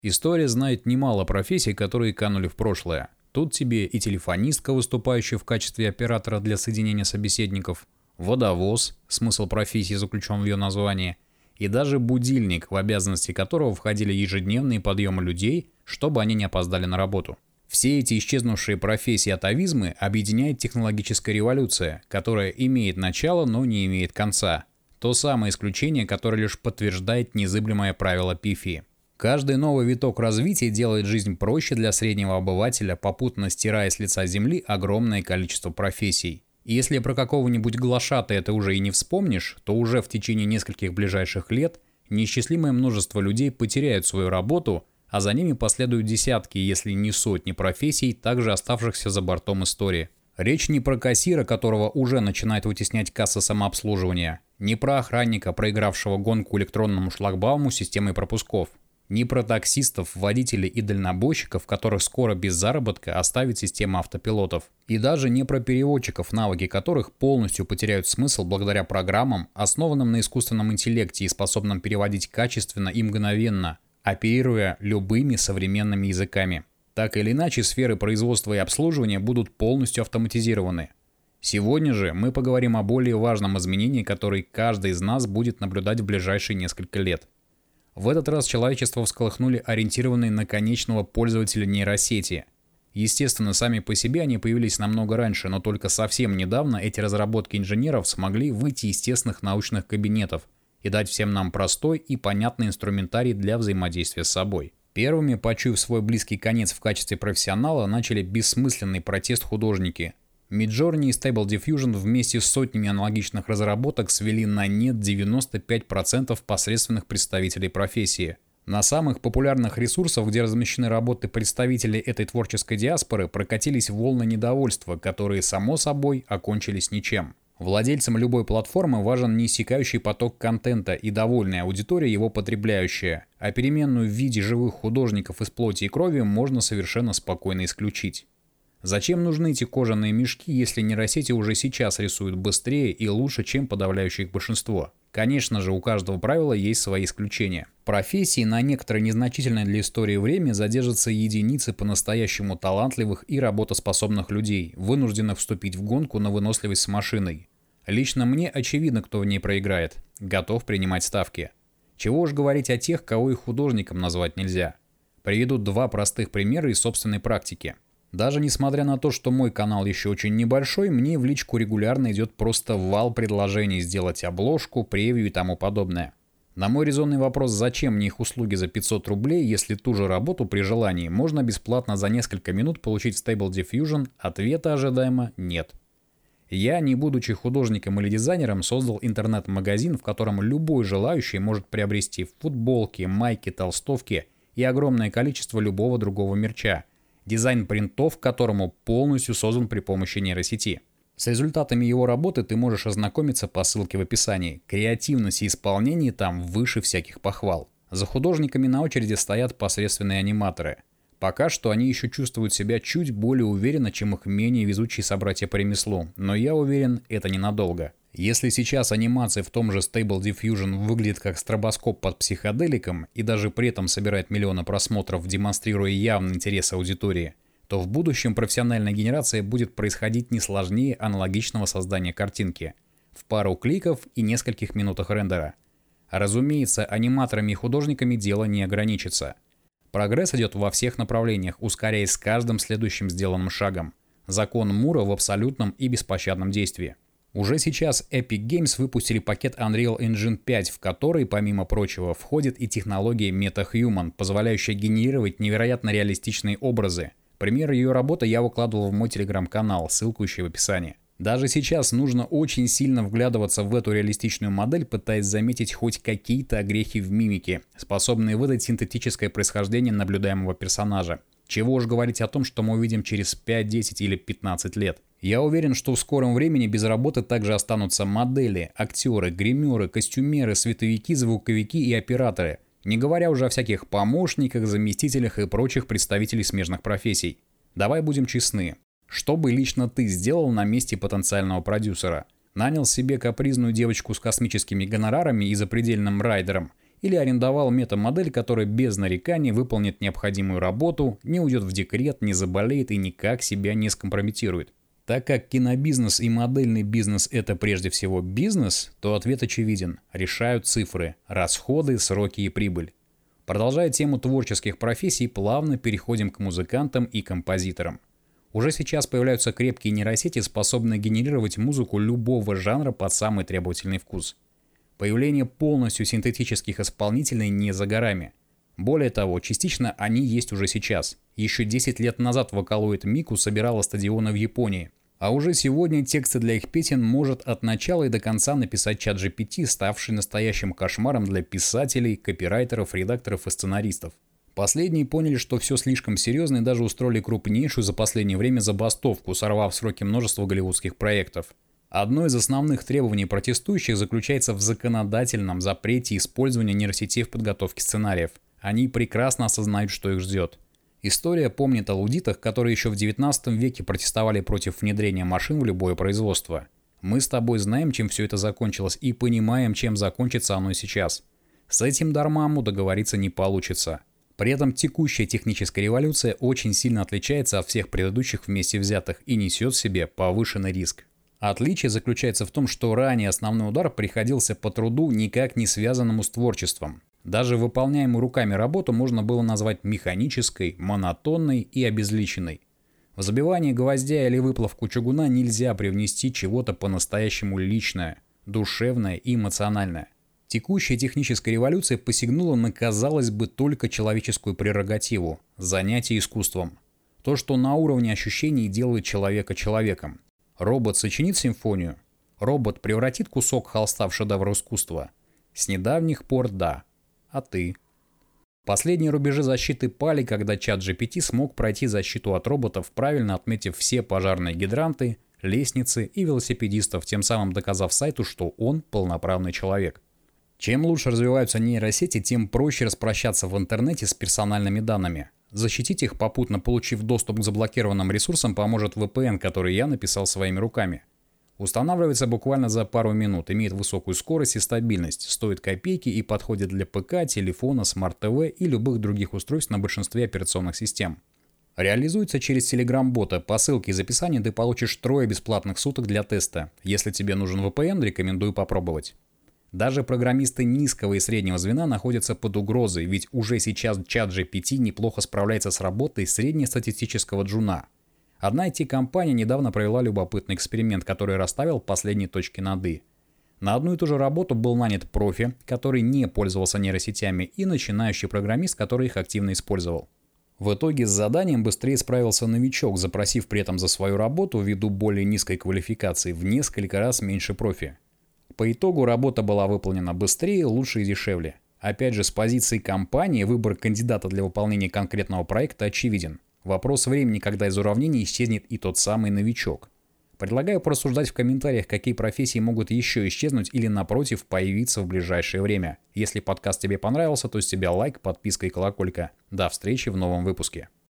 История знает немало профессий, которые канули в прошлое. Тут тебе и телефонистка, выступающая в качестве оператора для соединения собеседников, водовоз, смысл профессии заключен в ее названии, и даже будильник, в обязанности которого входили ежедневные подъемы людей, чтобы они не опоздали на работу. Все эти исчезнувшие профессии атовизмы объединяет технологическая революция, которая имеет начало, но не имеет конца. То самое исключение, которое лишь подтверждает незыблемое правило пифии. Каждый новый виток развития делает жизнь проще для среднего обывателя, попутно стирая с лица земли огромное количество профессий. И если про какого-нибудь глашатая ты уже и не вспомнишь, то уже в течение нескольких ближайших лет неисчислимое множество людей потеряют свою работу, а за ними последуют десятки, если не сотни профессий, также оставшихся за бортом истории. Речь не про кассира, которого уже начинает вытеснять касса самообслуживания, не про охранника, проигравшего гонку электронному шлагбауму системой пропусков, не про таксистов, водителей и дальнобойщиков, которых скоро без заработка оставит система автопилотов. И даже не про переводчиков, навыки которых полностью потеряют смысл благодаря программам, основанным на искусственном интеллекте и способным переводить качественно и мгновенно, оперируя любыми современными языками. Так или иначе, сферы производства и обслуживания будут полностью автоматизированы. Сегодня же мы поговорим о более важном изменении, которое каждый из нас будет наблюдать в ближайшие несколько лет. В этот раз человечество всколыхнули ориентированные на конечного пользователя нейросети. Естественно, сами по себе они появились намного раньше, но только совсем недавно эти разработки инженеров смогли выйти из тесных научных кабинетов и дать всем нам простой и понятный инструментарий для взаимодействия с собой. Первыми, почуяв свой близкий конец в качестве профессионала, начали бессмысленный протест художники. Midjourney и Stable Diffusion вместе с сотнями аналогичных разработок свели на нет 95% посредственных представителей профессии. На самых популярных ресурсах, где размещены работы представителей этой творческой диаспоры, прокатились волны недовольства, которые, само собой, окончились ничем. Владельцам любой платформы важен неиссякающий поток контента и довольная аудитория, его потребляющая, а переменную в виде живых художников из плоти и крови можно совершенно спокойно исключить. Зачем нужны эти кожаные мешки, если нейросети уже сейчас рисуют быстрее и лучше, чем подавляющее их большинство? Конечно же, у каждого правила есть свои исключения. Профессии на некоторое незначительное для истории время задержатся единицы по-настоящему талантливых и работоспособных людей, вынужденных вступить в гонку на выносливость с машиной. Лично мне очевидно, кто в ней проиграет. Готов принимать ставки. Чего уж говорить о тех, кого и художником назвать нельзя. Приведу два простых примера из собственной практики. Даже несмотря на то, что мой канал еще очень небольшой, мне в личку регулярно идет просто вал предложений сделать обложку, превью и тому подобное. На мой резонный вопрос, зачем мне их услуги за 500 рублей, если ту же работу при желании можно бесплатно за несколько минут получить в Stable Diffusion, ответа ожидаемо нет. Я, не будучи художником или дизайнером, создал интернет-магазин, в котором любой желающий может приобрести футболки, майки, толстовки и огромное количество любого другого мерча, дизайн принтов, которому полностью создан при помощи нейросети. С результатами его работы ты можешь ознакомиться по ссылке в описании. Креативность и исполнение там выше всяких похвал. За художниками на очереди стоят посредственные аниматоры. Пока что они еще чувствуют себя чуть более уверенно, чем их менее везучие собратья по ремеслу, но я уверен, это ненадолго. Если сейчас анимация в том же Stable Diffusion выглядит как стробоскоп под психоделиком и даже при этом собирает миллионы просмотров, демонстрируя явный интерес аудитории, то в будущем профессиональная генерация будет происходить не сложнее аналогичного создания картинки в пару кликов и нескольких минутах рендера. Разумеется, аниматорами и художниками дело не ограничится. Прогресс идет во всех направлениях, ускоряясь с каждым следующим сделанным шагом. Закон Мура в абсолютном и беспощадном действии. Уже сейчас Epic Games выпустили пакет Unreal Engine 5, в который, помимо прочего, входит и технология MetaHuman, позволяющая генерировать невероятно реалистичные образы. Пример ее работы я выкладывал в мой телеграм-канал, ссылку ищи в описании. Даже сейчас нужно очень сильно вглядываться в эту реалистичную модель, пытаясь заметить хоть какие-то огрехи в мимике, способные выдать синтетическое происхождение наблюдаемого персонажа. Чего уж говорить о том, что мы увидим через 5, 10 или 15 лет. Я уверен, что в скором времени без работы также останутся модели, актеры, гримеры, костюмеры, световики, звуковики и операторы, не говоря уже о всяких помощниках, заместителях и прочих представителей смежных профессий. Давай будем честны. Что бы лично ты сделал на месте потенциального продюсера? Нанял себе капризную девочку с космическими гонорарами и запредельным райдером? или арендовал метамодель, которая без нареканий выполнит необходимую работу, не уйдет в декрет, не заболеет и никак себя не скомпрометирует. Так как кинобизнес и модельный бизнес – это прежде всего бизнес, то ответ очевиден – решают цифры, расходы, сроки и прибыль. Продолжая тему творческих профессий, плавно переходим к музыкантам и композиторам. Уже сейчас появляются крепкие нейросети, способные генерировать музыку любого жанра под самый требовательный вкус. Появление полностью синтетических исполнителей не за горами. Более того, частично они есть уже сейчас. Еще 10 лет назад Vocaloid Miku собирала стадионы в Японии. А уже сегодня тексты для их песен может от начала и до конца написать чат GPT, ставший настоящим кошмаром для писателей, копирайтеров, редакторов и сценаристов. Последние поняли, что все слишком серьезно и даже устроили крупнейшую за последнее время забастовку, сорвав в сроки множества голливудских проектов. Одно из основных требований протестующих заключается в законодательном запрете использования нейросетей в подготовке сценариев. Они прекрасно осознают, что их ждет. История помнит о лудитах, которые еще в 19 веке протестовали против внедрения машин в любое производство. Мы с тобой знаем, чем все это закончилось, и понимаем, чем закончится оно сейчас. С этим Дармаму договориться не получится. При этом текущая техническая революция очень сильно отличается от всех предыдущих вместе взятых и несет в себе повышенный риск. Отличие заключается в том, что ранее основной удар приходился по труду, никак не связанному с творчеством. Даже выполняемую руками работу можно было назвать механической, монотонной и обезличенной. В забивание гвоздя или выплавку чугуна нельзя привнести чего-то по-настоящему личное, душевное и эмоциональное. Текущая техническая революция посягнула на, казалось бы, только человеческую прерогативу – занятие искусством. То, что на уровне ощущений делает человека человеком. Робот сочинит симфонию? Робот превратит кусок холста в шедевр искусства? С недавних пор да. А ты? Последние рубежи защиты пали, когда чат GPT смог пройти защиту от роботов, правильно отметив все пожарные гидранты, лестницы и велосипедистов, тем самым доказав сайту, что он полноправный человек. Чем лучше развиваются нейросети, тем проще распрощаться в интернете с персональными данными. Защитить их, попутно получив доступ к заблокированным ресурсам, поможет VPN, который я написал своими руками. Устанавливается буквально за пару минут, имеет высокую скорость и стабильность, стоит копейки и подходит для ПК, телефона, смарт-ТВ и любых других устройств на большинстве операционных систем. Реализуется через Telegram-бота. По ссылке из описания ты получишь 3 бесплатных суток для теста. Если тебе нужен VPN, рекомендую попробовать. Даже программисты низкого и среднего звена находятся под угрозой, ведь уже сейчас чат GPT неплохо справляется с работой среднестатистического джуна. Одна IT-компания недавно провела любопытный эксперимент, который расставил последние точки над «и». На одну и ту же работу был нанят профи, который не пользовался нейросетями, и начинающий программист, который их активно использовал. В итоге с заданием быстрее справился новичок, запросив при этом за свою работу ввиду более низкой квалификации в несколько раз меньше профи. По итогу работа была выполнена быстрее, лучше и дешевле. Опять же, с позиции компании выбор кандидата для выполнения конкретного проекта очевиден. Вопрос времени, когда из уравнений исчезнет и тот самый новичок. Предлагаю порассуждать в комментариях, какие профессии могут еще исчезнуть или, напротив, появиться в ближайшее время. Если подкаст тебе понравился, то с тебя лайк, подписка и колоколька. До встречи в новом выпуске.